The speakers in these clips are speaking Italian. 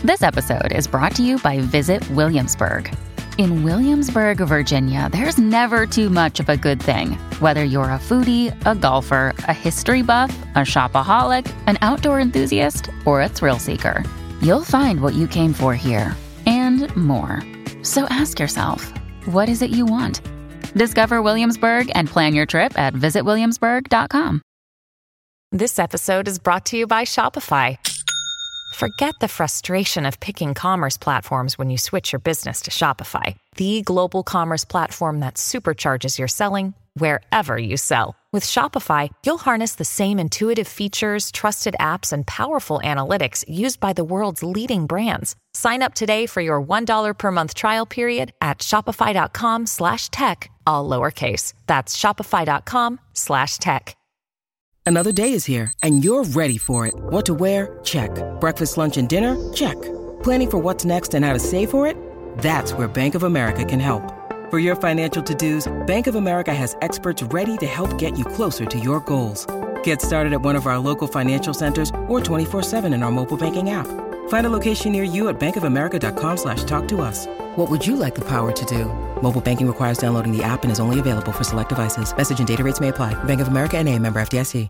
This episode is brought to you by Visit Williamsburg. In Williamsburg, Virginia, there's never too much of a good thing. Whether you're a foodie, a golfer, a history buff, a shopaholic, an outdoor enthusiast, or a thrill seeker, you'll find what you came for here and more. So ask yourself, what is it you want? Discover Williamsburg and plan your trip at visitwilliamsburg.com. This episode is brought to you by Shopify. Forget the frustration of picking commerce platforms when you switch your business to Shopify, the global commerce platform that supercharges your selling wherever you sell. With Shopify, you'll harness the same intuitive features, trusted apps, and powerful analytics used by the world's leading brands. Sign up today for your $1 per month trial period at shopify.com/tech, all lowercase. That's shopify.com/tech. Another day is here, and you're ready for it. What to wear? Check. Breakfast, lunch, and dinner? Check. Planning for what's next and how to save for it? That's where Bank of America can help. For your financial to-dos, Bank of America has experts ready to help get you closer to your goals. Get started at one of our local financial centers or 24/7 in our mobile banking app. Find a location near you at bankofamerica.com/talktous. What would you like the power to do? Mobile banking requires downloading the app and is only available for select devices. Message and data rates may apply. Bank of America N.A., member FDIC.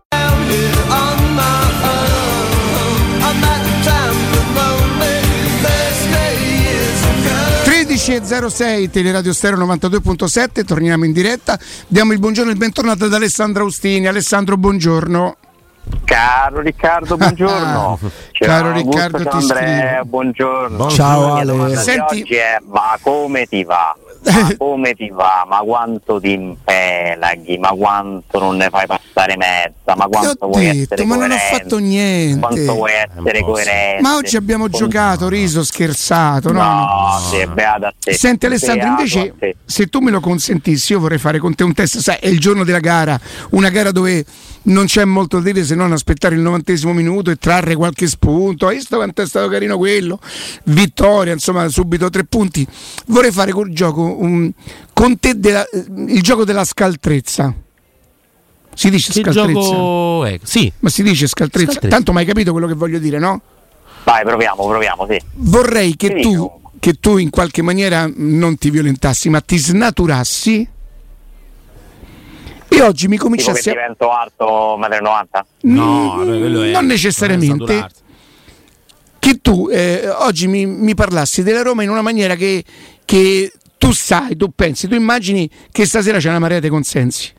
13:06, Teleradio Stereo 92.7, torniamo in diretta. Diamo il buongiorno e il bentornato ad Alessandro Austini. Alessandro, buongiorno. Caro Riccardo, buongiorno. Caro Riccardo, ti Andrea, buongiorno. Ciao Ale. Senti, oggi è, ma come ti va? Ma come ti va? Ma quanto ti impelaghi? Ma quanto non ne fai passare mezza? Ma quanto vuoi essere ma coerente? Non ho fatto niente. Quanto vuoi essere coerente? Ma oggi abbiamo giocato, riso, scherzato, no? No, beata a te. Senti Alessandro, invece, se tu me lo consentissi, io vorrei fare con te un test. Sai, è il giorno della gara, una gara dove non c'è molto da dire se non aspettare il 90° minuto e trarre qualche spunto. Hai visto quanto è stato carino quello? Vittoria, insomma, subito 3 punti. Vorrei fare col gioco con te il gioco della scaltrezza. Si dice che scaltrezza? Gioco è? Sì. Ma si dice scaltrezza. Tanto mai capito quello che voglio dire, no? Vai, proviamo, sì. Vorrei che tu in qualche maniera non ti violentassi, ma ti snaturassi. E oggi mi comincia tipo che divento alto 1,90 m? No, non necessariamente. Che tu oggi mi parlassi della Roma in una maniera che tu sai, tu pensi, tu immagini che stasera c'è una marea di consensi.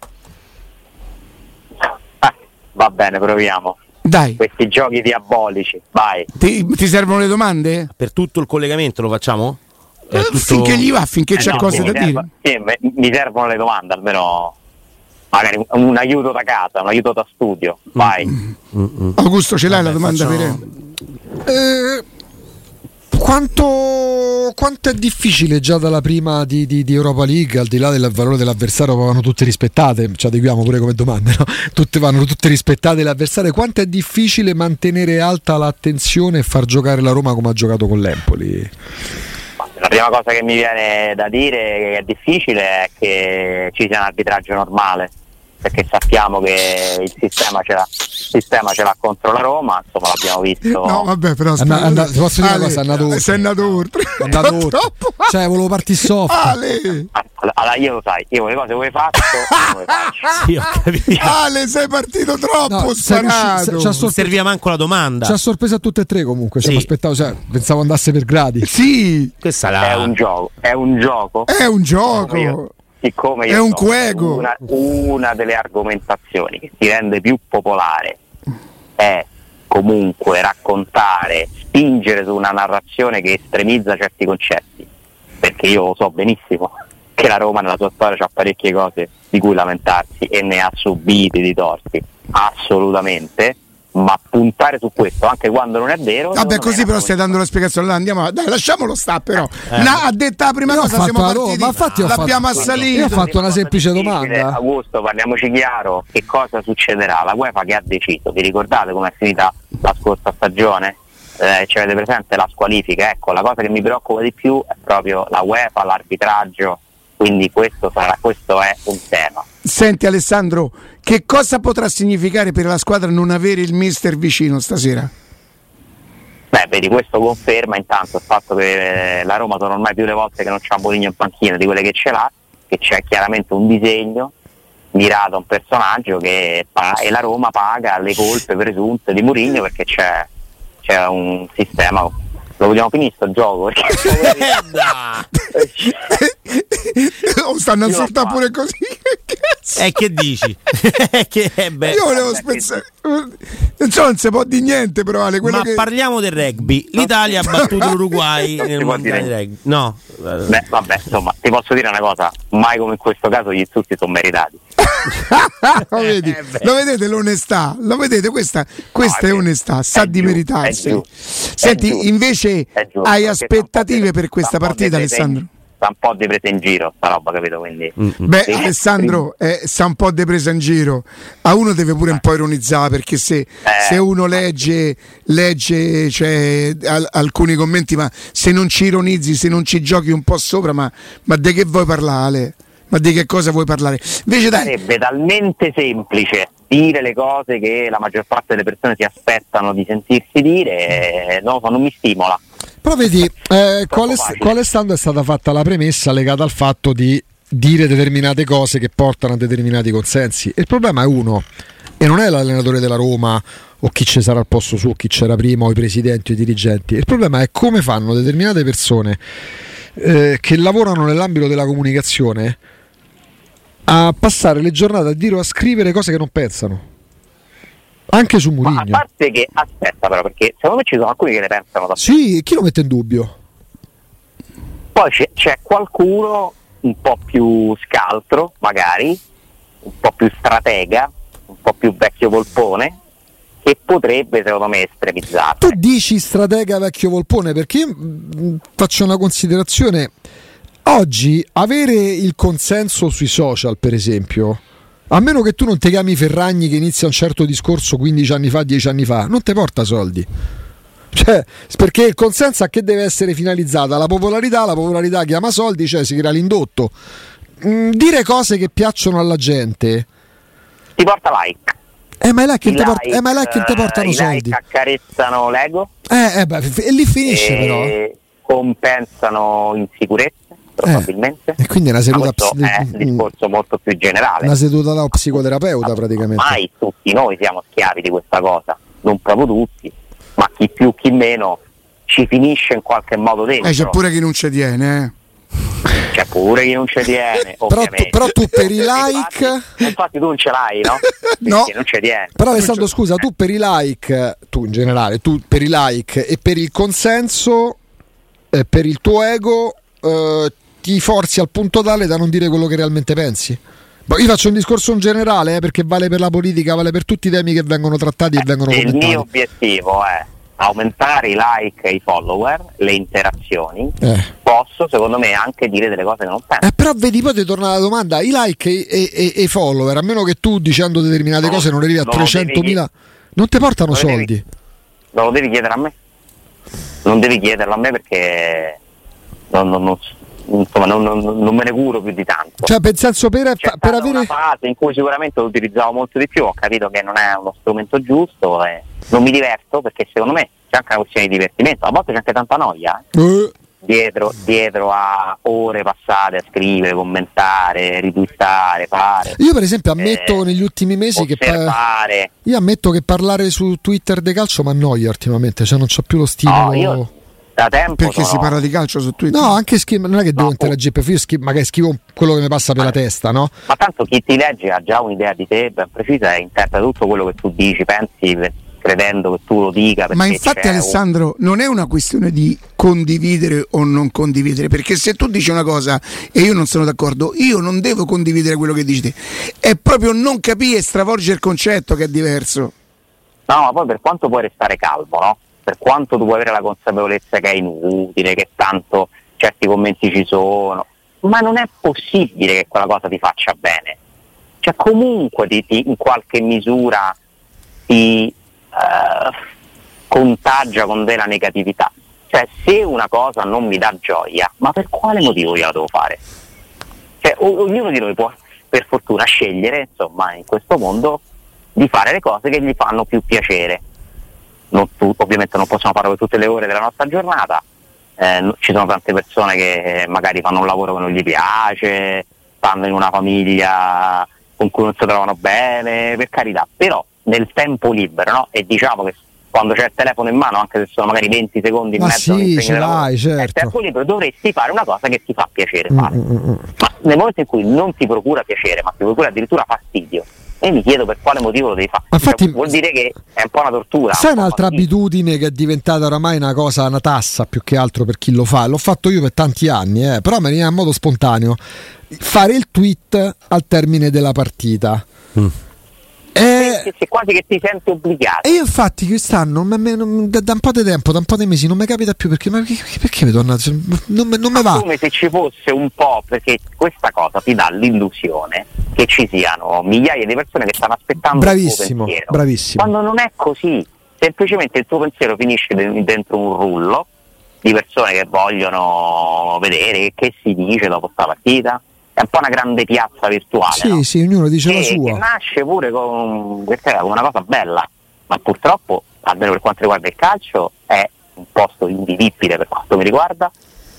Va bene, proviamo. Dai. Questi giochi diabolici, vai. Ti servono le domande? Per tutto il collegamento lo facciamo? Finché gli va, finché c'è cose da dire. Sì, mi servono le domande, almeno magari un aiuto da casa, un aiuto da studio. Vai. Augusto, ce l'hai la domanda per Quanto è difficile già dalla prima di Europa League, al di là del valore dell'avversario, vanno tutte rispettate, ci adeguiamo pure come domande, no? Vanno tutte rispettate l'avversario. Quanto è difficile mantenere alta l'attenzione e far giocare la Roma come ha giocato con l'Empoli? La prima cosa che mi viene da dire che è difficile è che ci sia un arbitraggio normale, perché sappiamo che il sistema ce l'ha contro la Roma, insomma l'abbiamo visto. No, vabbè, però posso dire una cosa, è andato oltre. Cioè, volevo partire soft. Allora, io lo sai, io le cose come faccio, come faccio. Sì, ho capito. Ale, sei partito troppo sparato. Non serviva manco la domanda. Ci ha sorpreso a tutte e tre comunque, sì. Aspettavo, pensavo andasse per gradi. Sì. Questa è un gioco. È un gioco. Siccome io è un quego. Una delle argomentazioni che ti rende più popolare è comunque raccontare, spingere su una narrazione che estremizza certi concetti, perché io lo so benissimo che la Roma nella sua storia ha parecchie cose di cui lamentarsi e ne ha subiti di torti, assolutamente, ma puntare su questo anche quando non è vero. Vabbè, così però stai dando la spiegazione. Andiamo, dai, lasciamolo sta però. Ha detto la prima cosa, siamo partiti, ma infatti l'abbiamo assalito. Io ho fatto una semplice domanda. Augusto, parliamoci chiaro, che cosa succederà? La UEFA che ha deciso, vi ricordate com'è finita la scorsa stagione? Ci avete presente la squalifica? Ecco, la cosa che mi preoccupa di più è proprio la UEFA, l'arbitraggio, quindi questo è un tema. Senti Alessandro, che cosa potrà significare per la squadra non avere il mister vicino stasera? Beh, vedi, questo conferma intanto il fatto che la Roma sono ormai più le volte che non c'ha Mourinho in panchina di quelle che ce l'ha, che c'è chiaramente un disegno mirato a un personaggio e la Roma paga le colpe presunte di Mourinho perché c'è un sistema. Lo vogliamo finire sto gioco? Stanno a insultare pure così. Che dici? Io volevo spezzare. Non si può dire niente, però Ale, ma parliamo del rugby. L'Italia ha battuto l'Uruguay nel mondiale di rugby. No. Beh, vabbè, insomma, ti posso dire una cosa, mai come in questo caso gli insulti sono meritati. Lo vedete l'onestà? Lo vedete? Questa è onestà, sa di meritarsi. Senti, invece hai aspettative per questa partita, Alessandro? Sta un po' di presa in giro sta roba, capito? Quindi Alessandro sta un po' di presa in giro. A uno deve pure un po' ironizzare, perché se uno legge alcuni commenti, ma se non ci ironizzi, se non ci giochi un po' sopra, ma di che vuoi parlare? Ma di che cosa vuoi parlare? Invece sarebbe talmente semplice dire le cose che la maggior parte delle persone si aspettano di sentirsi dire, non mi stimola. Però vedi, quale stando è stata fatta la premessa legata al fatto di dire determinate cose che portano a determinati consensi. E il problema è uno, e non è l'allenatore della Roma o chi ci sarà al posto suo, chi c'era prima, o i presidenti o i dirigenti. Il problema è come fanno determinate persone che lavorano nell'ambito della comunicazione a passare le giornate a dire o a scrivere cose che non pensano. Anche su Mourinho. Ma a parte che, aspetta però, perché secondo me ci sono alcuni che ne pensano da sì, chi lo mette in dubbio? Poi c'è qualcuno un po' più scaltro, magari, un po' più stratega, un po' più vecchio volpone, che potrebbe, secondo me, estremizzare. Tu dici stratega vecchio volpone, perché io faccio una considerazione. Oggi avere il consenso sui social, per esempio, a meno che tu non ti chiami Ferragni che inizia un certo discorso 15 anni fa, 10 anni fa, non ti porta soldi. Cioè, perché il consenso a che deve essere finalizzata? La popolarità chiama soldi, cioè si crea l'indotto. Dire cose che piacciono alla gente ti porta like. Ma è là che ti portano i soldi. Like accarezzano l'ego. E lì finisce però. Compensano insicurezze, probabilmente. E quindi è una seduta è un discorso molto più generale. Una seduta da psicoterapeuta, praticamente. Ormai tutti noi siamo schiavi di questa cosa, non proprio tutti, ma chi più chi meno ci finisce in qualche modo dentro. C'è pure chi non ci tiene, C'è pure chi non ci tiene, però tu per i like infatti tu non ce l'hai, no? No. Non ci tiene. Però Alessandro, scusa, tu per i like, tu in generale, tu per i like e per il consenso, per il tuo ego, ti forzi al punto tale da non dire quello che realmente pensi. Io faccio un discorso in generale, perché vale per la politica, vale per tutti i temi che vengono trattati e vengono commentati. Il mio obiettivo è aumentare i like e i follower, le interazioni. Posso, secondo me, anche dire delle cose che non penso. Però vedi, poi ti torna la domanda: i like e i follower, a meno che tu dicendo determinate cose non arrivi a 300.000, non ti portano soldi. Non lo devi chiedere a me. Non devi chiederlo a me, perché insomma, non me ne curo più di tanto. Cioè, per senso, per avere una fase in cui sicuramente lo utilizzavo molto di più, ho capito che non è uno strumento giusto e non mi diverto, perché secondo me c'è anche una questione di divertimento, a volte c'è anche tanta noia dietro a ore passate a scrivere, commentare, ritwittare, fare. Io per esempio ammetto negli ultimi mesi io ammetto che parlare su Twitter di calcio mi annoia ultimamente, cioè non c'ho più lo stimolo. Io da tempo perché si parla di calcio su Twitter? No, anche non è che devo interagire, io magari scrivo quello che mi passa per la testa, no? Ma tanto chi ti legge ha già un'idea di te ben precisa e interpreta tutto quello che tu dici, pensi, credendo che tu lo dica. Ma infatti, Alessandro, non è una questione di condividere o non condividere, perché se tu dici una cosa e io non sono d'accordo, io non devo condividere quello che dici te, è proprio non capire e stravolgere il concetto che è diverso. No, ma poi per quanto puoi restare calmo, no? Per quanto tu puoi avere la consapevolezza che è inutile, che tanto certi commenti ci sono, ma non è possibile che quella cosa ti faccia bene. Cioè comunque in qualche misura ti contagia con della negatività. Cioè, se una cosa non mi dà gioia, ma per quale motivo io la devo fare? Cioè, ognuno di noi può, per fortuna, scegliere, insomma, in questo mondo, di fare le cose che gli fanno più piacere. ovviamente non possiamo farlo per tutte le ore della nostra giornata, ci sono tante persone che magari fanno un lavoro che non gli piace, stanno in una famiglia con cui non si trovano bene, per carità, però nel tempo libero, no? E diciamo che quando c'è il telefono in mano, anche se sono magari 20 secondi in mezzo certo. tempo libero, dovresti fare una cosa che ti fa piacere fare. Ma nel momento in cui non ti procura piacere, ma ti procura addirittura fastidio, e mi chiedo per quale motivo lo devi fare. Infatti, vuol dire che è un po' una tortura. Sai un'altra abitudine che è diventata oramai una cosa, una tassa più che altro per chi lo fa? L'ho fatto io per tanti anni, però me ne viene in modo spontaneo. Fare il tweet al termine della partita. Quasi che ti senti obbligato. E io infatti quest'anno da un po' di tempo, da un po' di mesi non mi capita più perché mi torna, non mi va. Come se ci fosse un po', perché questa cosa ti dà l'illusione che ci siano migliaia di persone che stanno aspettando il tuo pensiero. Bravissimo. Quando non è così, semplicemente il tuo pensiero finisce dentro un rullo di persone che vogliono vedere che si dice dopo sta partita. È un po' una grande piazza virtuale. Sì, no? Sì, ognuno dice la sua. Che nasce pure come una cosa bella, ma purtroppo, almeno per quanto riguarda il calcio, è un posto invivibile per quanto mi riguarda.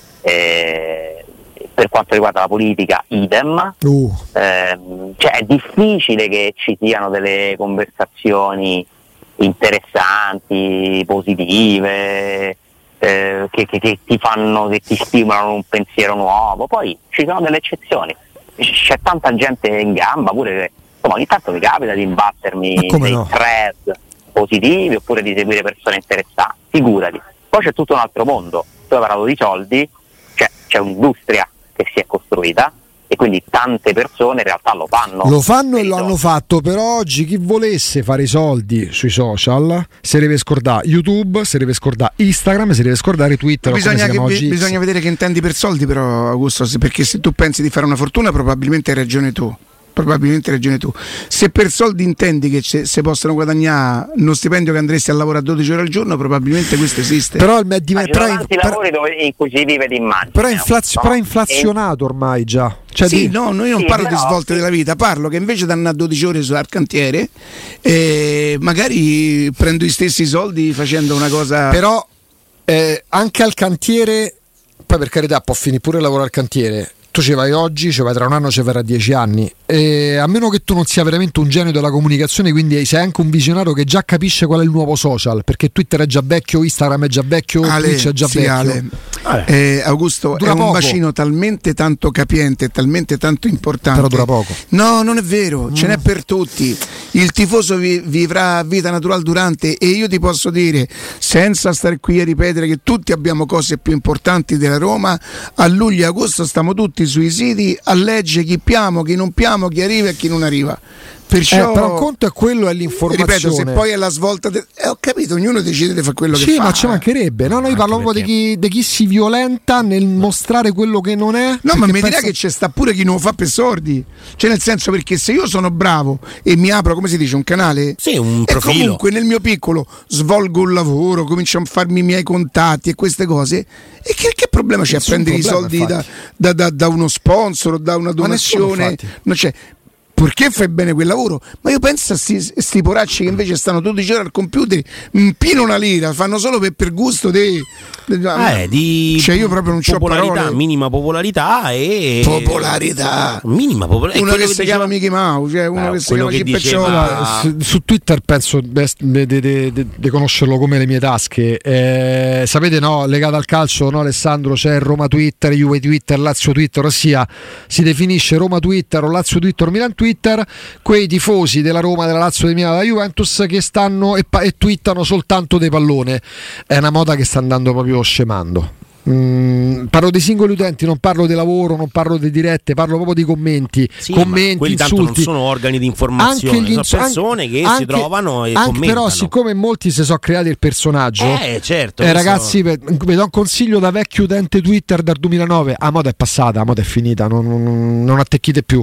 Per quanto riguarda la politica, idem. Cioè è difficile che ci siano delle conversazioni interessanti, positive, che ti fanno, che ti stimolano un pensiero nuovo. Poi ci sono delle eccezioni, c'è tanta gente in gamba pure che, insomma, ogni tanto mi capita di imbattermi dei thread positivi oppure di seguire persone interessanti, figurati. Poi c'è tutto un altro mondo. Tu hai parlato di soldi, c'è un'industria che si è costruita e quindi tante persone in realtà lo fanno e lo hanno fatto. Però oggi chi volesse fare i soldi sui social se deve scordare YouTube, se deve scordare Instagram, se deve scordare Twitter. Bisogna vedere che intendi per soldi, però, Augusto, perché se tu pensi di fare una fortuna probabilmente hai ragione tu. Se per soldi intendi che se possono guadagnare uno stipendio che andresti a lavorare 12 ore al giorno, probabilmente questo esiste. Però tanti lavori in cui si vive di immagine. Però è inflazionato ormai già. Io non parlo di svolte della vita, parlo che invece di andare 12 ore al cantiere, magari prendo gli stessi soldi facendo una cosa. Però anche al cantiere, poi per carità può finire pure lavorare al cantiere. Tu ci vai oggi, ci vai tra un anno, ci verrà 10 anni. A meno che tu non sia veramente un genio della comunicazione, quindi sei anche un visionario che già capisce qual è il nuovo social, perché Twitter è già vecchio, Instagram è già vecchio, Twitch è già vecchio. Augusto, dura poco. Un bacino talmente tanto capiente, talmente tanto importante. Però dura poco. No, non è vero, ce n'è per tutti. Il tifoso vivrà vita natural durante, e io ti posso dire, senza stare qui a ripetere che tutti abbiamo cose più importanti della Roma, a luglio e agosto stiamo tutti sui siti a leggere chi piamo, chi non piamo, chi arriva e chi non arriva. Perciò, però un conto è quello, è l'informazione. Ripeto, se poi è la svolta ho capito, ognuno decide di fare quello che fa. Sì, ma ci mancherebbe. No, io parlo proprio di chi si violenta nel mostrare quello che non è. No, ma mi dirà che c'è sta pure chi non lo fa per sordi. Cioè, nel senso, perché se io sono bravo e mi apro, come si dice, un canale, un profilo, e comunque nel mio piccolo svolgo un lavoro, comincio a farmi i miei contatti e queste cose, e che problema c'è a prendere i soldi da uno sponsor, da una donazione? Non c'è. Perché fai bene quel lavoro? Ma io penso a sti poracci che invece stanno 12 ore al computer, pieno una lira, fanno solo per gusto di io proprio non c'ho popolarità, minima popolarità e minima popolarità. Uno che si chiama Mickey Mouse, cioè uno che si chiama Cipecciola. Su Twitter penso di conoscerlo come le mie tasche. Sapete, no, legato al calcio, no, Alessandro, c'è Roma Twitter, Juve Twitter, Lazio Twitter, ossia si definisce Roma Twitter o Lazio Twitter o Milan Twitter quei tifosi della Roma, della Lazio, del Milan, della Juventus che stanno e twittano soltanto dei pallone. È una moda che sta andando proprio scemando. Parlo dei singoli utenti, non parlo di lavoro, non parlo di dirette, parlo proprio di commenti, quelli tanto non sono organi di informazione, sono persone che si trovano e commentano. Però siccome molti si sono creati il personaggio, certo, ragazzi, vi do un consiglio da vecchio utente Twitter dal 2009: la moda è passata, la moda è finita, non attecchite più.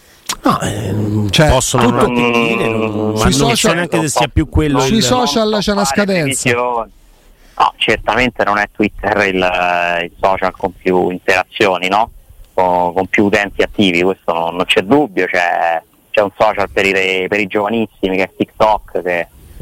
Possono non attecchire, ma non so neanche se sia più quello. Sui social c'è una scadenza. No, certamente non è Twitter il social con più interazioni, no? Con più utenti attivi, questo non c'è dubbio. C'è un social per i giovanissimi che è TikTok, che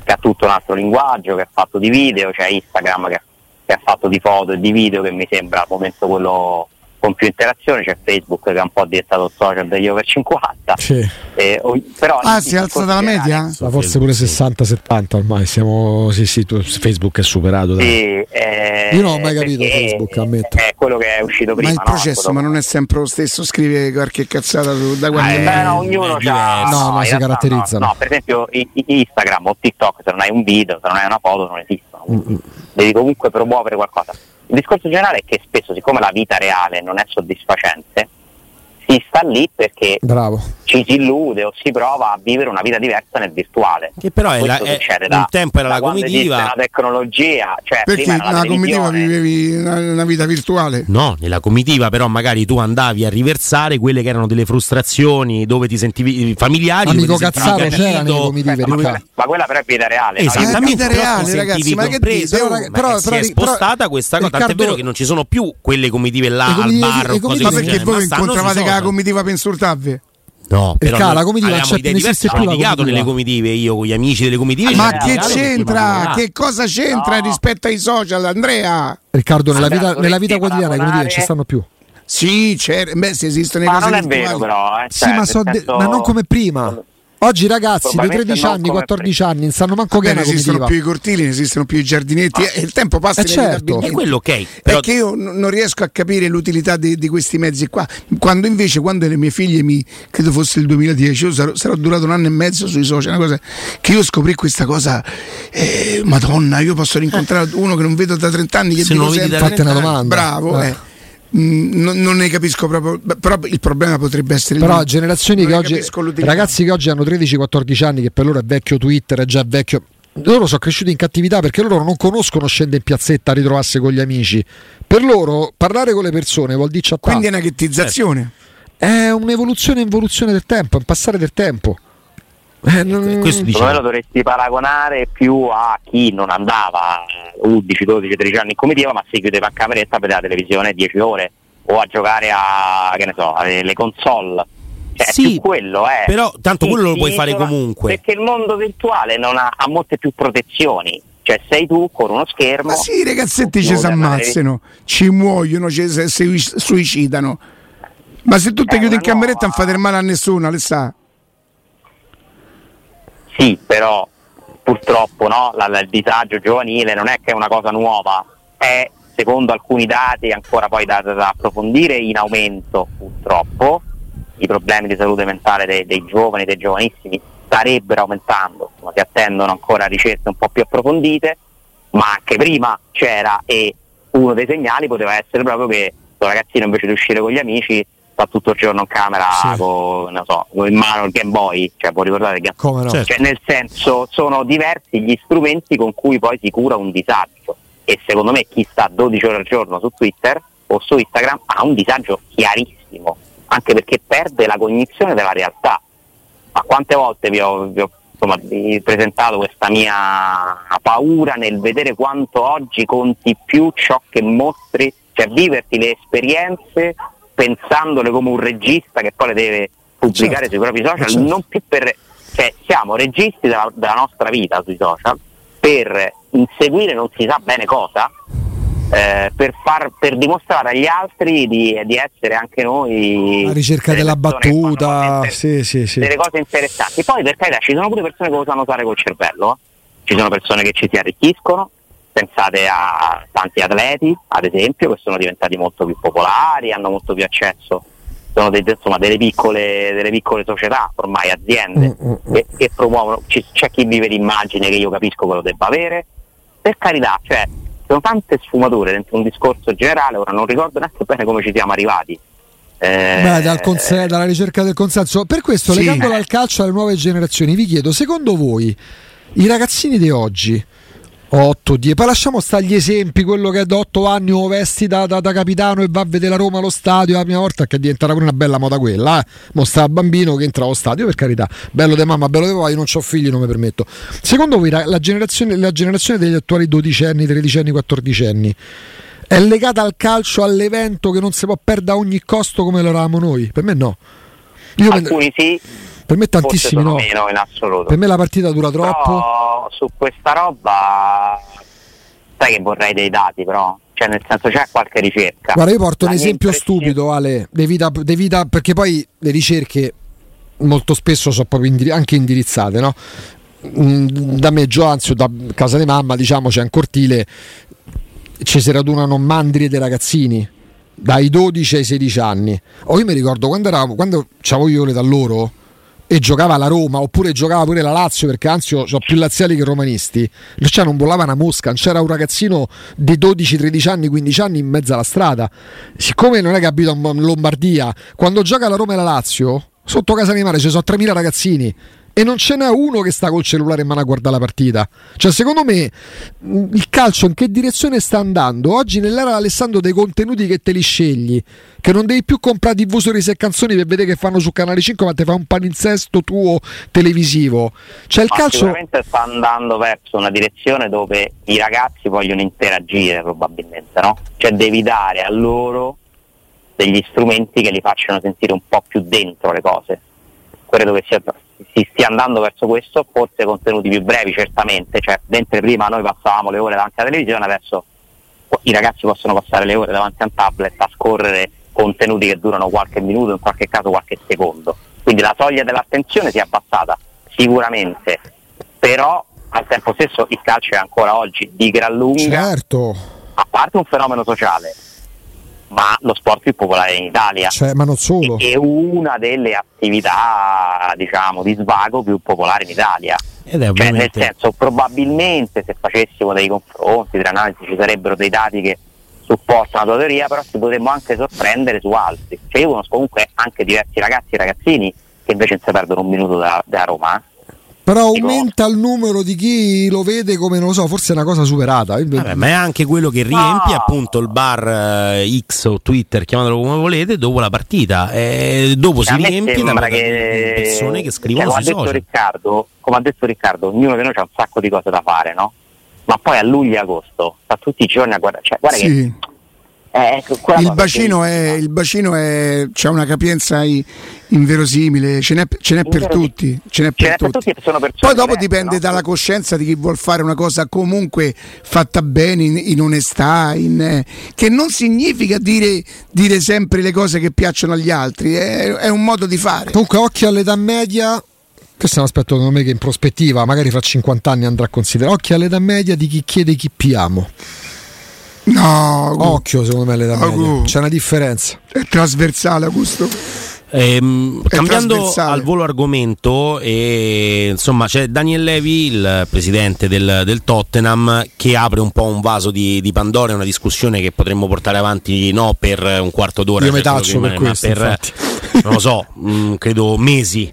che ha tutto un altro linguaggio, che è fatto di video, c'è Instagram che è fatto di foto e di video, che mi sembra al momento quello con più interazione, c'è Facebook che è un po' diventato social degli over 50. Sì. Però si è alzata la media? Forse pure 60-70 ormai siamo. Sì, Facebook è superato. Sì, io non ho mai capito Facebook, ammetto. È quello che è uscito prima. Ma il processo, ma non è sempre lo stesso, scrive qualche cazzata da quando ognuno c'ha. No, si caratterizzano. No, per esempio Instagram o TikTok, se non hai un video, se non hai una foto, non esistono. Devi comunque promuovere qualcosa. Il discorso generale è che spesso, siccome la vita reale non è soddisfacente, si sta lì perché ci si illude o si prova a vivere una vita diversa nel virtuale. Che però un tempo era la comitiva. La tecnologia, cioè perché nella comitiva vivevi una vita virtuale? No, nella comitiva però magari tu andavi a riversare quelle che erano delle frustrazioni, dove ti sentivi familiari. Amico Cazzaro c'era nelle comitive, ma quella però è vita reale. Esattamente, vita reale, ragazzi, ma che dite? Però si è spostata questa cosa, tant'è vero che non ci sono più quelle comitive là al bar o cose. Ma perché voi incontravate che la comitiva per insultarvi? No, però la comitiva c'è idee diverse, ho litigato nelle comitive io con gli amici delle comitive. Ma che c'entra? Che cosa c'entra rispetto ai social, Andrea? Riccardo, nella vita quotidiana le comitive non ci stanno più. Sì, se esistono le cose non è vero però, sì, ma non come prima. Oggi ragazzi di 13 anni, 14 anni non sanno manco che è una comitiva. Non esistono più i cortili, non esistono più i giardinetti e il tempo passa inevitabilmente. È quello però... Perché io non riesco a capire l'utilità di questi mezzi qua. Quando le mie figlie credo fosse il 2010, io sarò durato un anno e mezzo sui social, una cosa che io scoprì questa cosa, Madonna, io posso rincontrare uno che non vedo da 30 anni, che se non vedi fate una domanda. Bravo, non ne capisco proprio, però il problema potrebbe essere generazioni che oggi, ragazzi che oggi hanno 13-14 anni, che per loro è vecchio Twitter, è già vecchio, loro sono cresciuti in cattività perché loro non conoscono scendere in piazzetta a ritrovarsi con gli amici. Per loro parlare con le persone vuol dire chattare. Quindi è una ghettizzazione, è un'evoluzione e involuzione del tempo, è un passare del tempo. Questo lo dovresti paragonare più a chi non andava 11, 12, 13 anni in comitiva, ma si chiudeva a cameretta per la televisione 10 ore o a giocare alle console. Cioè, sì, quello è. Però tanto quello lo puoi fare comunque. Perché il mondo virtuale non ha molte più protezioni. Cioè sei tu con uno schermo. Ma sì, i ragazzetti ci si ammazzano, ci muoiono, si suicidano. Ma se tu ti chiudi in cameretta non fate male a nessuno, le sa. Sì, però purtroppo il disagio giovanile non è che è una cosa nuova, è, secondo alcuni dati ancora poi da approfondire, in aumento purtroppo. I problemi di salute mentale dei giovani, dei giovanissimi starebbero aumentando, ma si attendono ancora ricerche un po' più approfondite, ma anche prima c'era, e uno dei segnali poteva essere proprio che il ragazzino, invece di uscire con gli amici, sta tutto il giorno in camera con in mano il Game Boy, cioè può ricordare che cioè, nel senso, sono diversi gli strumenti con cui poi si cura un disagio, e secondo me chi sta 12 ore al giorno su Twitter o su Instagram ha un disagio chiarissimo, anche perché perde la cognizione della realtà. Ma quante volte vi ho presentato questa mia paura nel vedere quanto oggi conti più ciò che mostri, cioè viverti le esperienze pensandole come un regista che poi le deve pubblicare sui propri social, non più cioè siamo registi della nostra vita sui social per inseguire non si sa bene cosa, per dimostrare agli altri di essere anche noi la ricerca della battuta, delle cose interessanti. Poi per carità ci sono pure persone che lo sanno usare col cervello, ci sono persone che ci si arricchiscono. Pensate a tanti atleti, ad esempio, che sono diventati molto più popolari, hanno molto più accesso, sono delle piccole società, ormai aziende, che promuovono. C'è chi vive l'immagine che io capisco che lo debba avere, per carità, cioè sono tante sfumature dentro un discorso generale, ora non ricordo neanche bene come ci siamo arrivati. Dalla ricerca del consenso. Per questo, legandolo al calcio, alle nuove generazioni, vi chiedo, secondo voi i ragazzini di oggi 8-10, poi lasciamo stare gli esempi, quello che è da 8 anni o vesti da capitano e va a vedere la Roma allo stadio la prima volta, che diventerà pure una bella moda quella, mostra bambino che entra allo stadio, per carità, bello di mamma, bello di papà, io non ho figli, non mi permetto. Secondo voi la generazione degli attuali 12 anni, 13 anni, 14 anni è legata al calcio, all'evento che non si può perdere a ogni costo come lo eravamo noi? Per me no. Alcuni sì, Per me tantissimi no. Meno in assoluto. Per me la partita dura troppo. Però su questa roba sai che vorrei dei dati, però cioè nel senso c'è qualche ricerca. Guarda, io porto un esempio stupido, Ale, perché poi le ricerche molto spesso sono proprio anche indirizzate, no? Da me anzi da casa di mamma, diciamo, c'è un cortile, ci si radunano mandrie dei ragazzini dai 12 ai 16 anni. Io mi ricordo quando c'avevo io l'età loro e giocava la Roma oppure giocava pure la Lazio, perché anzi ho più laziali che romanisti, cioè non volava una mosca, non c'era un ragazzino di 12, 13 anni, 15 anni in mezzo alla strada. Siccome non è che abito in Lombardia, quando gioca la Roma e la Lazio sotto casa di mare ci sono 3.000 ragazzini e non ce n'è uno che sta col cellulare in mano a guardare la partita. Cioè, secondo me il calcio in che direzione sta andando? Oggi nell'era, Alessandro, dei contenuti che te li scegli, che non devi più comprare TV Series e canzoni per vedere che fanno su Canale 5, ma te fa un palinsesto tuo televisivo. Cioè il calcio sicuramente sta andando verso una direzione dove i ragazzi vogliono interagire, probabilmente, no? Cioè devi dare a loro degli strumenti che li facciano sentire un po' più dentro le cose. Credo che si stia andando verso questo, forse contenuti più brevi certamente, cioè mentre prima noi passavamo le ore davanti alla televisione, adesso i ragazzi possono passare le ore davanti a un tablet a scorrere contenuti che durano qualche minuto, in qualche caso qualche secondo, quindi la soglia dell'attenzione si è abbassata sicuramente, però al tempo stesso il calcio è ancora oggi di gran lunga, certo, a parte un fenomeno sociale, ma lo sport più popolare in Italia, cioè, ma non solo, è una delle attività, diciamo, di svago più popolari in Italia. Ed è ovviamente... Cioè, nel senso, probabilmente se facessimo dei confronti, delle analisi, ci sarebbero dei dati che supportano la tua teoria, però ci potremmo anche sorprendere su altri. Cioè, io conosco comunque anche diversi ragazzi e ragazzini che invece non si perdono un minuto da Roma. Però aumenta il numero di chi lo vede come, non lo so, forse è una cosa superata. Ma è anche quello che riempie appunto il bar X o Twitter, chiamatelo come volete, dopo la partita. Dopo si riempie da persone che scrivono sui social. Come ha detto Riccardo, ognuno di noi ha un sacco di cose da fare, no? Ma poi a luglio e agosto sta tutti i giorni a guardare. Cioè, guarda sì. che il bacino è c'è una capienza inverosimile, ce n'è per tutti, sono persone poi dopo dipende dalla coscienza di chi vuol fare una cosa comunque fatta bene, in onestà, che non significa dire sempre le cose che piacciono agli altri, è un modo di fare. Comunque occhio all'età media, questo è un aspetto secondo me che in prospettiva magari fra 50 anni andrà a considerare. Occhio all'età media di chi chiede chi piamo. No, occhio, secondo me all'età media c'è una differenza. È trasversale, Augusto. Cambiando al volo argomento, insomma, c'è Daniel Levy, il presidente del Tottenham, che apre un po' un vaso di Pandora, una discussione che potremmo portare avanti per un quarto d'ora. Io mi taccio per questo, non lo so, credo mesi.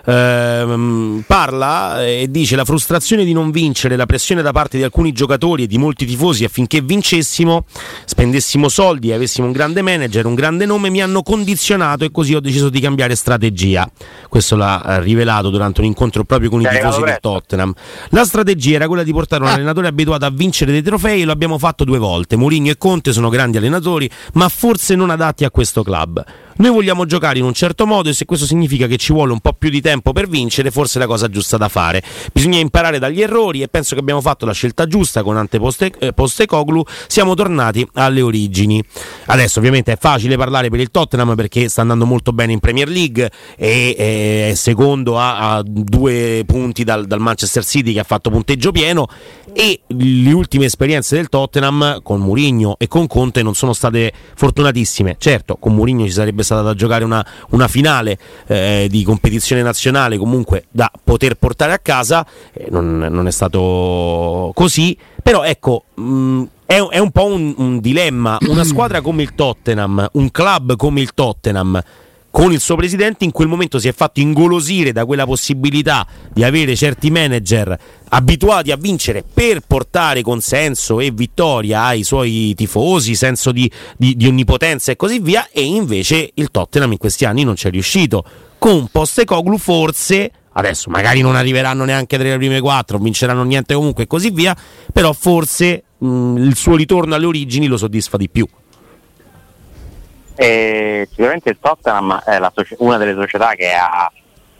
Parla e dice: la frustrazione di non vincere, la pressione da parte di alcuni giocatori e di molti tifosi affinché vincessimo, spendessimo soldi e avessimo un grande manager, un grande nome, mi hanno condizionato e così ho deciso di cambiare strategia. Questo l'ha rivelato durante un incontro proprio con i tifosi del Tottenham. La strategia era quella di portare un allenatore abituato a vincere dei trofei e lo abbiamo fatto 2 volte. Mourinho e Conte sono grandi allenatori, ma forse non adatti a questo club. Noi vogliamo giocare in un certo modo e se questo significa che ci vuole un po' più di tempo per vincere, forse è la cosa giusta da fare. Bisogna imparare dagli errori e penso che abbiamo fatto la scelta giusta con Ante Postecoglou, siamo tornati alle origini. Adesso ovviamente è facile parlare per il Tottenham perché sta andando molto bene in Premier League e è secondo a 2 punti dal Manchester City che ha fatto punteggio pieno, e le ultime esperienze del Tottenham con Mourinho e con Conte non sono state fortunatissime. Certo, con Mourinho ci sarebbe stata da giocare una finale di competizione nazionale comunque da poter portare a casa, non è stato così, però ecco, è un po' un dilemma. Una squadra come il Tottenham, un club come il Tottenham, con il suo presidente in quel momento si è fatto ingolosire da quella possibilità di avere certi manager abituati a vincere per portare consenso e vittoria ai suoi tifosi, senso di onnipotenza e così via, e invece il Tottenham in questi anni non ci è riuscito. Con Postecoglou forse, adesso magari non arriveranno neanche tra le prime 4, vinceranno niente comunque e così via, però forse il suo ritorno alle origini lo soddisfa di più. Sicuramente il Tottenham è una delle società che ha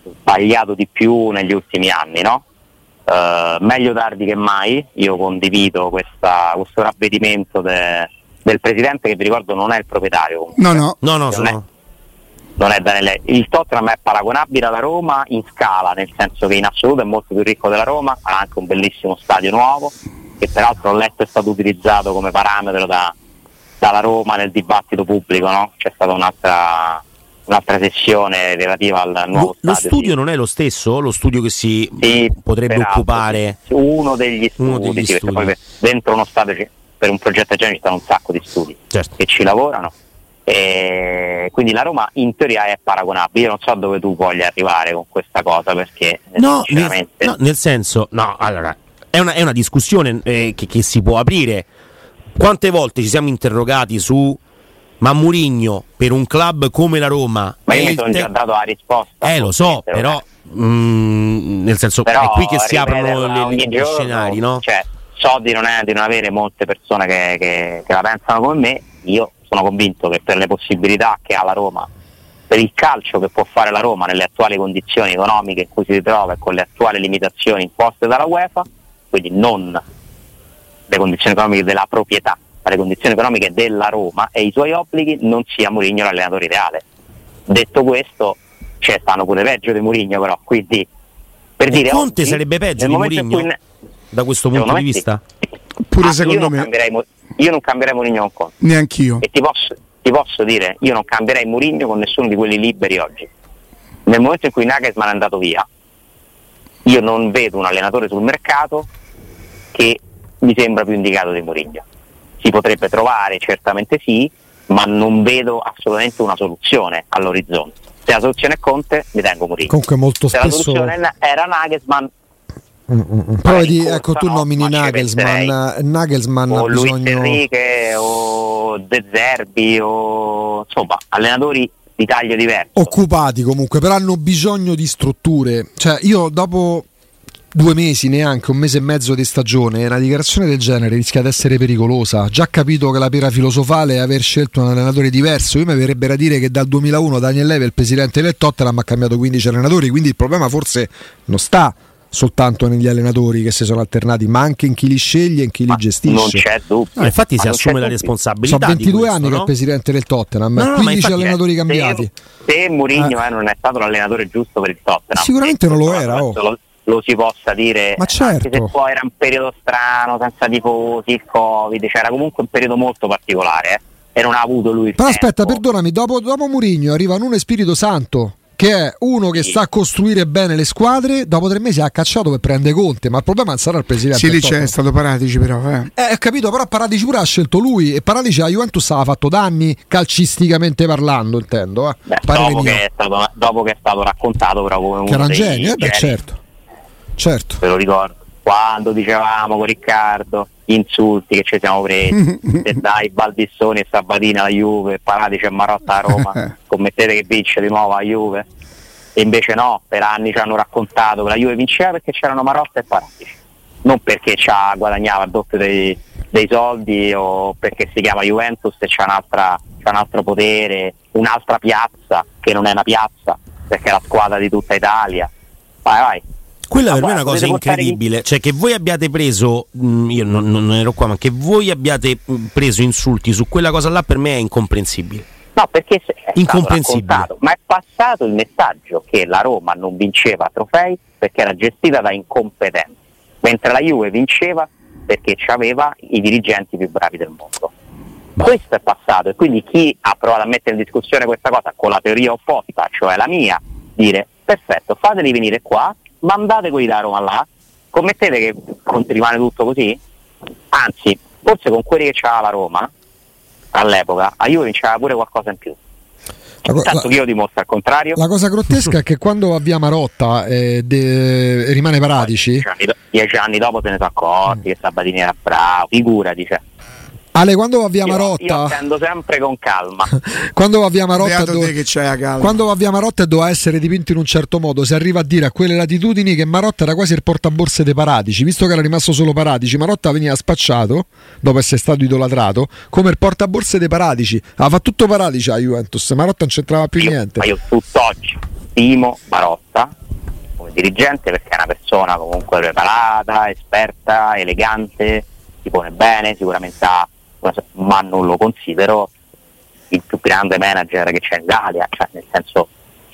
sbagliato di più negli ultimi anni, no? Meglio tardi che mai. Io condivido questo ravvedimento del presidente, che vi ricordo non è il proprietario comunque. No, non è Daniele. Il Tottenham è paragonabile alla Roma in scala, nel senso che in assoluto è molto più ricco della Roma, ha anche un bellissimo stadio nuovo, che peraltro ho letto è stato utilizzato come parametro dalla Roma nel dibattito pubblico, no? C'è stata un'altra sessione relativa al nuovo stadio. Lo studio non è lo stesso? Lo studio che si potrebbe occupare? Sì. Uno degli studi. Perché poi dentro uno stadio, per un progetto del genere, ci stanno un sacco di studi che ci lavorano. E quindi la Roma in teoria è paragonabile. Io non so dove tu voglia arrivare con questa cosa, perché sinceramente nel senso, allora è una discussione che si può aprire. Quante volte ci siamo interrogati su ma Mourinho per un club come la Roma? Ma io mi sono già dato la risposta. Lo so, però nel senso è qui che si aprono gli scenari, no? Cioè, so di non avere molte persone che la pensano come me. Io sono convinto che per le possibilità che ha la Roma, per il calcio che può fare la Roma nelle attuali condizioni economiche in cui si ritrova e con le attuali limitazioni imposte dalla UEFA, quindi non le condizioni economiche della proprietà, ma le condizioni economiche della Roma e i suoi obblighi, non sia Mourinho l'allenatore ideale. Detto questo, stanno pure peggio di Mourinho, però, quindi per dire Conte oggi, sarebbe peggio di Mourinho da questo punto di vista? Pure secondo me. Io non cambierei Mourinho con Conte. Neanch'io. E ti posso dire, io non cambierei Mourinho con nessuno di quelli liberi oggi. Nel momento in cui Nagelsmann è andato via, io non vedo un allenatore sul mercato che mi sembra più indicato di Mourinho. Si potrebbe trovare, certamente sì, ma non vedo assolutamente una soluzione all'orizzonte. Se la soluzione è Conte, mi tengo Mourinho. Comunque molto se spesso la soluzione era Nagelsmann, però ecco, tu nomini Nagelsmann o ha Luis bisogno... Enrique o De Zerbi o insomma allenatori di taglio diverso, occupati comunque, però hanno bisogno di strutture. Cioè io dopo 2 mesi, neanche un mese e mezzo di stagione, una dichiarazione del genere rischia di essere pericolosa. Già capito che la pera filosofale è aver scelto un allenatore diverso. Io mi verrebbe da dire che dal 2001 Daniel Levy, il presidente del Tottenham, ha cambiato 15 allenatori, quindi il problema forse non sta soltanto negli allenatori che si sono alternati, ma anche in chi li sceglie e in chi li gestisce. Non c'è dubbio. Infatti si assume la responsabilità. Sono 22 di questo, anni che è il presidente del Tottenham, 15 allenatori cambiati. Se Mourinho non è stato l'allenatore giusto per il Tottenham, sicuramente non lo era. Lo si possa dire, ma certo. Anche se poi era un periodo strano, senza tifosi, il Covid, c'era comunque un periodo molto particolare, e non ha avuto lui il Però tempo. Aspetta, perdonami, dopo Mourinho arriva Nuno Spirito Santo, che è uno che sa costruire bene le squadre. Dopo 3 mesi ha cacciato per prendere Conte, ma il problema non sarà il presidente. Sì, lì c'è stato Paratici, però. Ho capito, però Paratici pure ha scelto lui, e Paratici a Juventus aveva fatto danni calcisticamente parlando, intendo. Dopo che è stato raccontato però come che uno era un dei genio, geni. Certo. Ve lo ricordo, quando dicevamo con Riccardo gli insulti che ci siamo presi, se dai Baldissoni e Sabatini alla Juve, Paratici e Marotta a Roma, scommettete che vince di nuovo la Juve. E invece no, per anni ci hanno raccontato che la Juve vinceva perché c'erano Marotta e Paratici, non perché guadagnava il doppio dei soldi, o perché si chiama Juventus e c'è un altro potere, un'altra piazza che non è una piazza perché è la squadra di tutta Italia. Vai. Quella per me è una cosa incredibile, cioè che voi abbiate preso, io non ero qua, ma che voi abbiate preso insulti su quella cosa là, per me è incomprensibile. No, perché è incomprensibile. Ma è passato il messaggio che la Roma non vinceva trofei perché era gestita da incompetenti, mentre la Juve vinceva perché aveva i dirigenti più bravi del mondo. Questo è passato, e quindi chi ha provato a mettere in discussione questa cosa con la teoria opposta, cioè la mia, dire perfetto, fateli venire qua, mandate quelli da Roma là, commettete che rimane tutto così? Anzi, forse con quelli che c'aveva la Roma all'epoca, a Juve vinceva pure qualcosa in più. Tanto che io dimostro al contrario. La cosa grottesca è che quando va via Marotta rimane Paratici. 10 anni dopo se ne sono accorti che Sabatini era bravo, figurati, cioè. Ale, quando va via Marotta, io attendo sempre con calma. Quando va via Marotta, quando va via Marotta doveva essere dipinto in un certo modo. Si arriva a dire a quelle latitudini che Marotta era quasi il portaborse dei Paratici, visto che era rimasto solo Paratici. Marotta veniva spacciato dopo essere stato idolatrato come il portaborse dei Paratici. Aveva fatto tutto Paratici a Juventus, Marotta non c'entrava più niente. Ma io tutt'oggi stimo Marotta come dirigente perché è una persona comunque preparata, esperta, elegante, si pone bene, sicuramente ma non lo considero il più grande manager che c'è in Italia, cioè nel senso,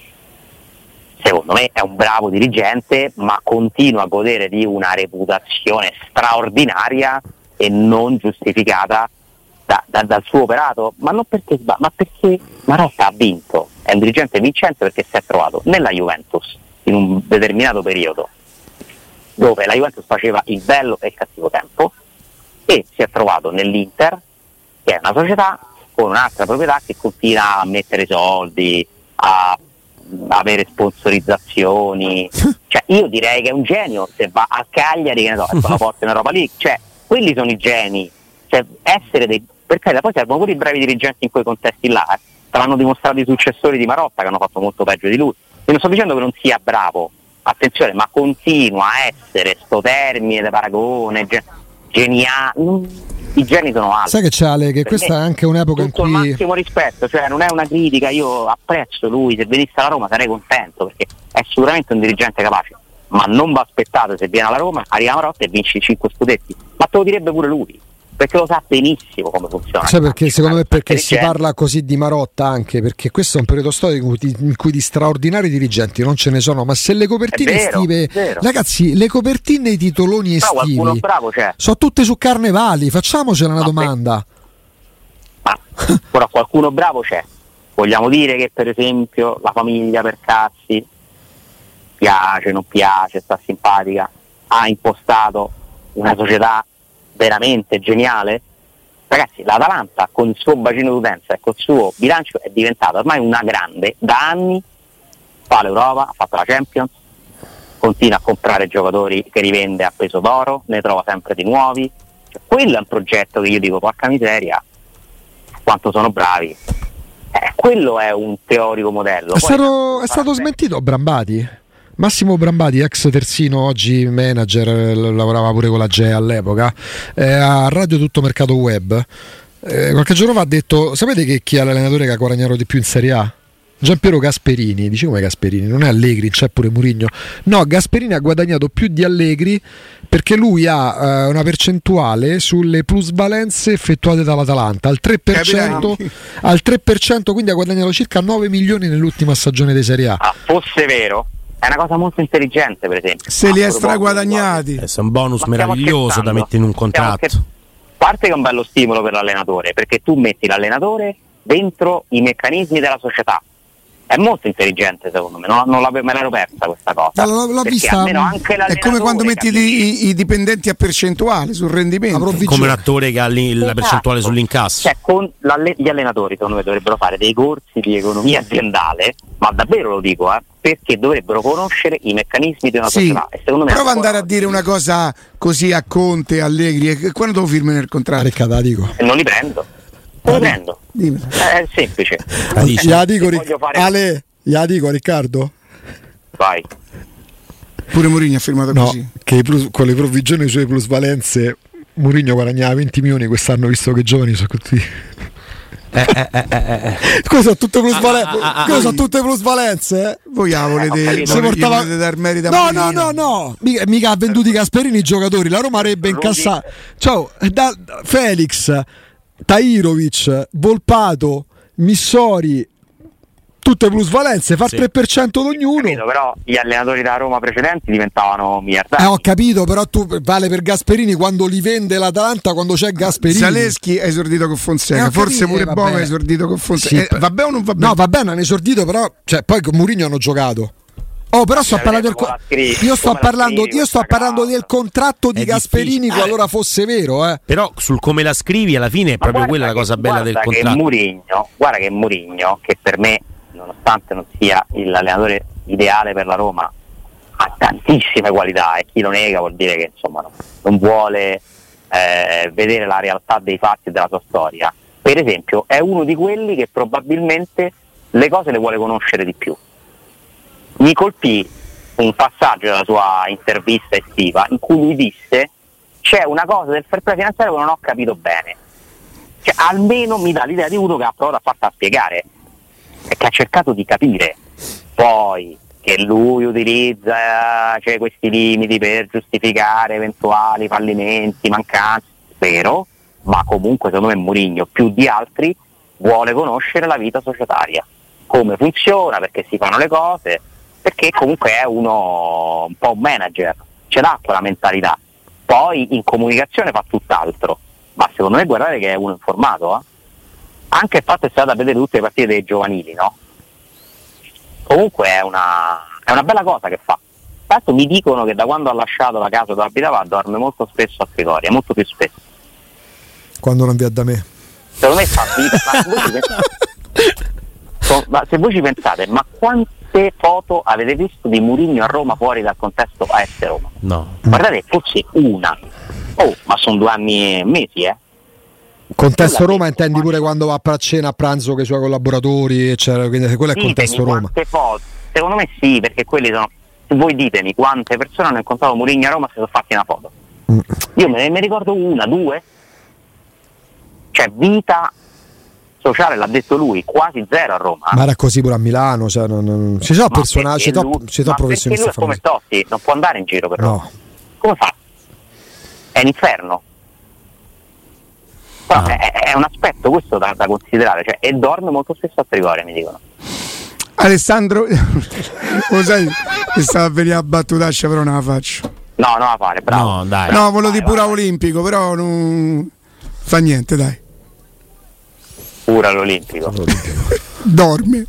secondo me è un bravo dirigente ma continua a godere di una reputazione straordinaria e non giustificata dal suo operato, ma non perché ma perché Marotta ha vinto, è un dirigente vincente perché si è trovato nella Juventus in un determinato periodo dove la Juventus faceva il bello e il cattivo tempo e si è trovato nell'Inter, che è una società con un'altra proprietà che continua a mettere soldi, a avere sponsorizzazioni, cioè io direi che è un genio se va a Cagliari, che ne so, e fa la porta in Europa League, cioè quelli sono i geni, cioè essere dei, perché poi servono pure i bravi dirigenti in quei contesti là, te l'hanno dimostrato i successori di Marotta che hanno fatto molto peggio di lui. Io non sto dicendo che non sia bravo, attenzione, ma continua a essere sto termine di paragone geniale. I geni sono alti. Sai che c'è, Ale, che per questa è anche un'epoca in cui il massimo rispetto, cioè non è una critica, io apprezzo lui, se venisse alla Roma sarei contento perché è sicuramente un dirigente capace, ma non vi aspettate se viene alla Roma, arriva Marotta e vince i 5 scudetti, ma te lo direbbe pure lui, perché lo sa benissimo come funziona. Sai perché? Secondo me perché si parla così di Marotta, anche perché questo è un periodo storico in cui di straordinari dirigenti non ce ne sono, ma se le copertine estive, ragazzi, le copertine, i titoloni estivi sono tutte su Carnevali, facciamocela una domanda. Ma però qualcuno bravo c'è. Vogliamo dire che per esempio la famiglia Percazzi piace, non piace, sta simpatica, ha impostato una società veramente geniale? Ragazzi, l'Atalanta con il suo bacino d'utenza e col suo bilancio è diventata ormai una grande, da anni fa l'Europa, ha fatto la Champions, continua a comprare giocatori che rivende a peso d'oro, ne trova sempre di nuovi, cioè, quello è un progetto che io dico porca miseria quanto sono bravi, quello è un teorico modello. È stato smentito Brambati? Massimo Brambati, ex terzino, oggi manager, lavorava pure con la GE all'epoca, a Radio Tutto Mercato Web, qualche giorno fa ha detto: sapete che chi è l'allenatore che ha guadagnato di più in Serie A? Giampiero Gasperini. Dice: come Gasperini? Non è Allegri, c'è pure Mourinho. No, Gasperini ha guadagnato più di Allegri perché lui ha una percentuale sulle plusvalenze effettuate dall'Atalanta al 3%, quindi ha guadagnato circa 9 milioni nell'ultima stagione di Serie A. Fosse vero, è una cosa molto intelligente, per esempio. Se li è straguadagnati. È un bonus meraviglioso da mettere in un contratto. A parte che è un bello stimolo per l'allenatore, perché tu metti l'allenatore dentro i meccanismi della società. È molto intelligente, secondo me. Me l'ero persa questa cosa. L'ho vista. È come quando metti i dipendenti a percentuale sul rendimento. Come un attore che ha la percentuale sull'incasso. Cioè, gli allenatori, secondo me, dovrebbero fare dei corsi di economia aziendale, ma davvero lo dico, perché dovrebbero conoscere i meccanismi di una società. E secondo me prova ad andare a dire una cosa così a Conte, Allegri, e quando lo firmi nel contratto? E non li prendo. Lo prendo. È semplice. Gliela dico, Ale, gliela dico, Riccardo. Vai. Pure Mourinho ha firmato così. Che con le provvigioni sulle plusvalenze Mourinho guadagnava 20 milioni quest'anno, visto che i giovani sono tutti. Queste sono tutte plusvalenze. Voi volete dar merito a Mourinho? No. Mica ha venduti Gasperini i giocatori. La Roma avrebbe incassato. Ciao, Felix, Tahirovic, Volpato, Missori, tutte plusvalenze, fa 3% ad ognuno. Capito, però gli allenatori della Roma precedenti diventavano miliardari. Ho capito, però tu vale per Gasperini quando li vende l'Atalanta, quando c'è Gasperini. Zaleschi è esordito con Fonseca, forse pure Bova è esordito con Fonseca. Sì, va bene o non va bene? No, va bene, hanno esordito, però poi con Mourinho hanno giocato. Però sto parlando io sto parlando del contratto di Gasperini qualora fosse vero, Però sul come la scrivi alla fine è proprio quella la cosa bella del contratto. Guarda che Mourinho, che per me, nonostante non sia l'allenatore ideale per la Roma, ha tantissime qualità, e chi lo nega vuol dire che insomma non vuole vedere la realtà dei fatti e della sua storia. Per esempio è uno di quelli che probabilmente le cose le vuole conoscere di più. Mi colpì un passaggio della sua intervista estiva in cui lui disse: c'è una cosa del fair play finanziario che non ho capito bene, cioè almeno mi dà l'idea di uno che ha provato a farla spiegare e che ha cercato di capire Poi che lui utilizza questi limiti per giustificare eventuali fallimenti, mancanze, vero, ma comunque secondo me Mourinho più di altri vuole conoscere la vita societaria, come funziona, perché si fanno le cose, perché comunque è uno un po' un manager, ce l'ha quella mentalità. Poi in comunicazione fa tutt'altro, ma secondo me guardate che è uno informato, anche il fatto è stato a vedere tutte le partite dei giovanili, no? Comunque è una bella cosa che fa. Tanto mi dicono che da quando ha lasciato la casa dove abitava dorme molto spesso a Trigoria, molto più spesso. Quando non vi da me. Secondo me fa vita. Ma se voi ci pensate, ma quante foto avete visto di Mourinho a Roma fuori dal contesto AS Roma? No. Guardate, forse una. Ma sono 2 anni e mesi, Contesto Roma intendi pure quando va a cena a pranzo con i suoi collaboratori, eccetera, quindi quello è il contesto Roma. Quante foto? Secondo me sì, perché quelli sono. Voi ditemi quante persone hanno incontrato Mourinho a Roma e si sono fatti una foto. Io me ne ricordo 1, 2. Cioè vita sociale, l'ha detto lui, quasi 0 a Roma. Ma era così pure a Milano, cioè ci sono personaggi, ci sono professionisti. Lui è come Totti, non può andare in giro per Roma. No. Come fa? È un inferno. Però è un aspetto questo da considerare, cioè, e dorme molto spesso a Trigoria, mi dicono. Alessandro, lo sai che stava a venire a battutaccia, però non la faccio. No, non la fare, bravo. No, dai. No, quello di pura olimpico, però non fa niente, dai. Pura l'olimpico. Dorme.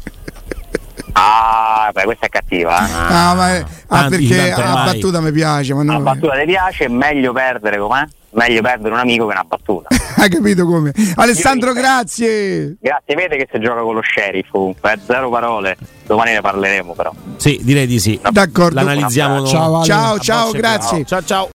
Beh, questa è cattiva. Perché la battuta mi piace, ma no. La battuta ti piace, è meglio perdere com'è? Meglio perdere un amico che una battuta. Hai capito come? Alessandro, grazie. Grazie, vede che si gioca con lo sheriff comunque, 0 parole. Domani ne parleremo però. Sì, direi di sì. D'accordo. L'analizziamo. Ciao, grazie. Ciao.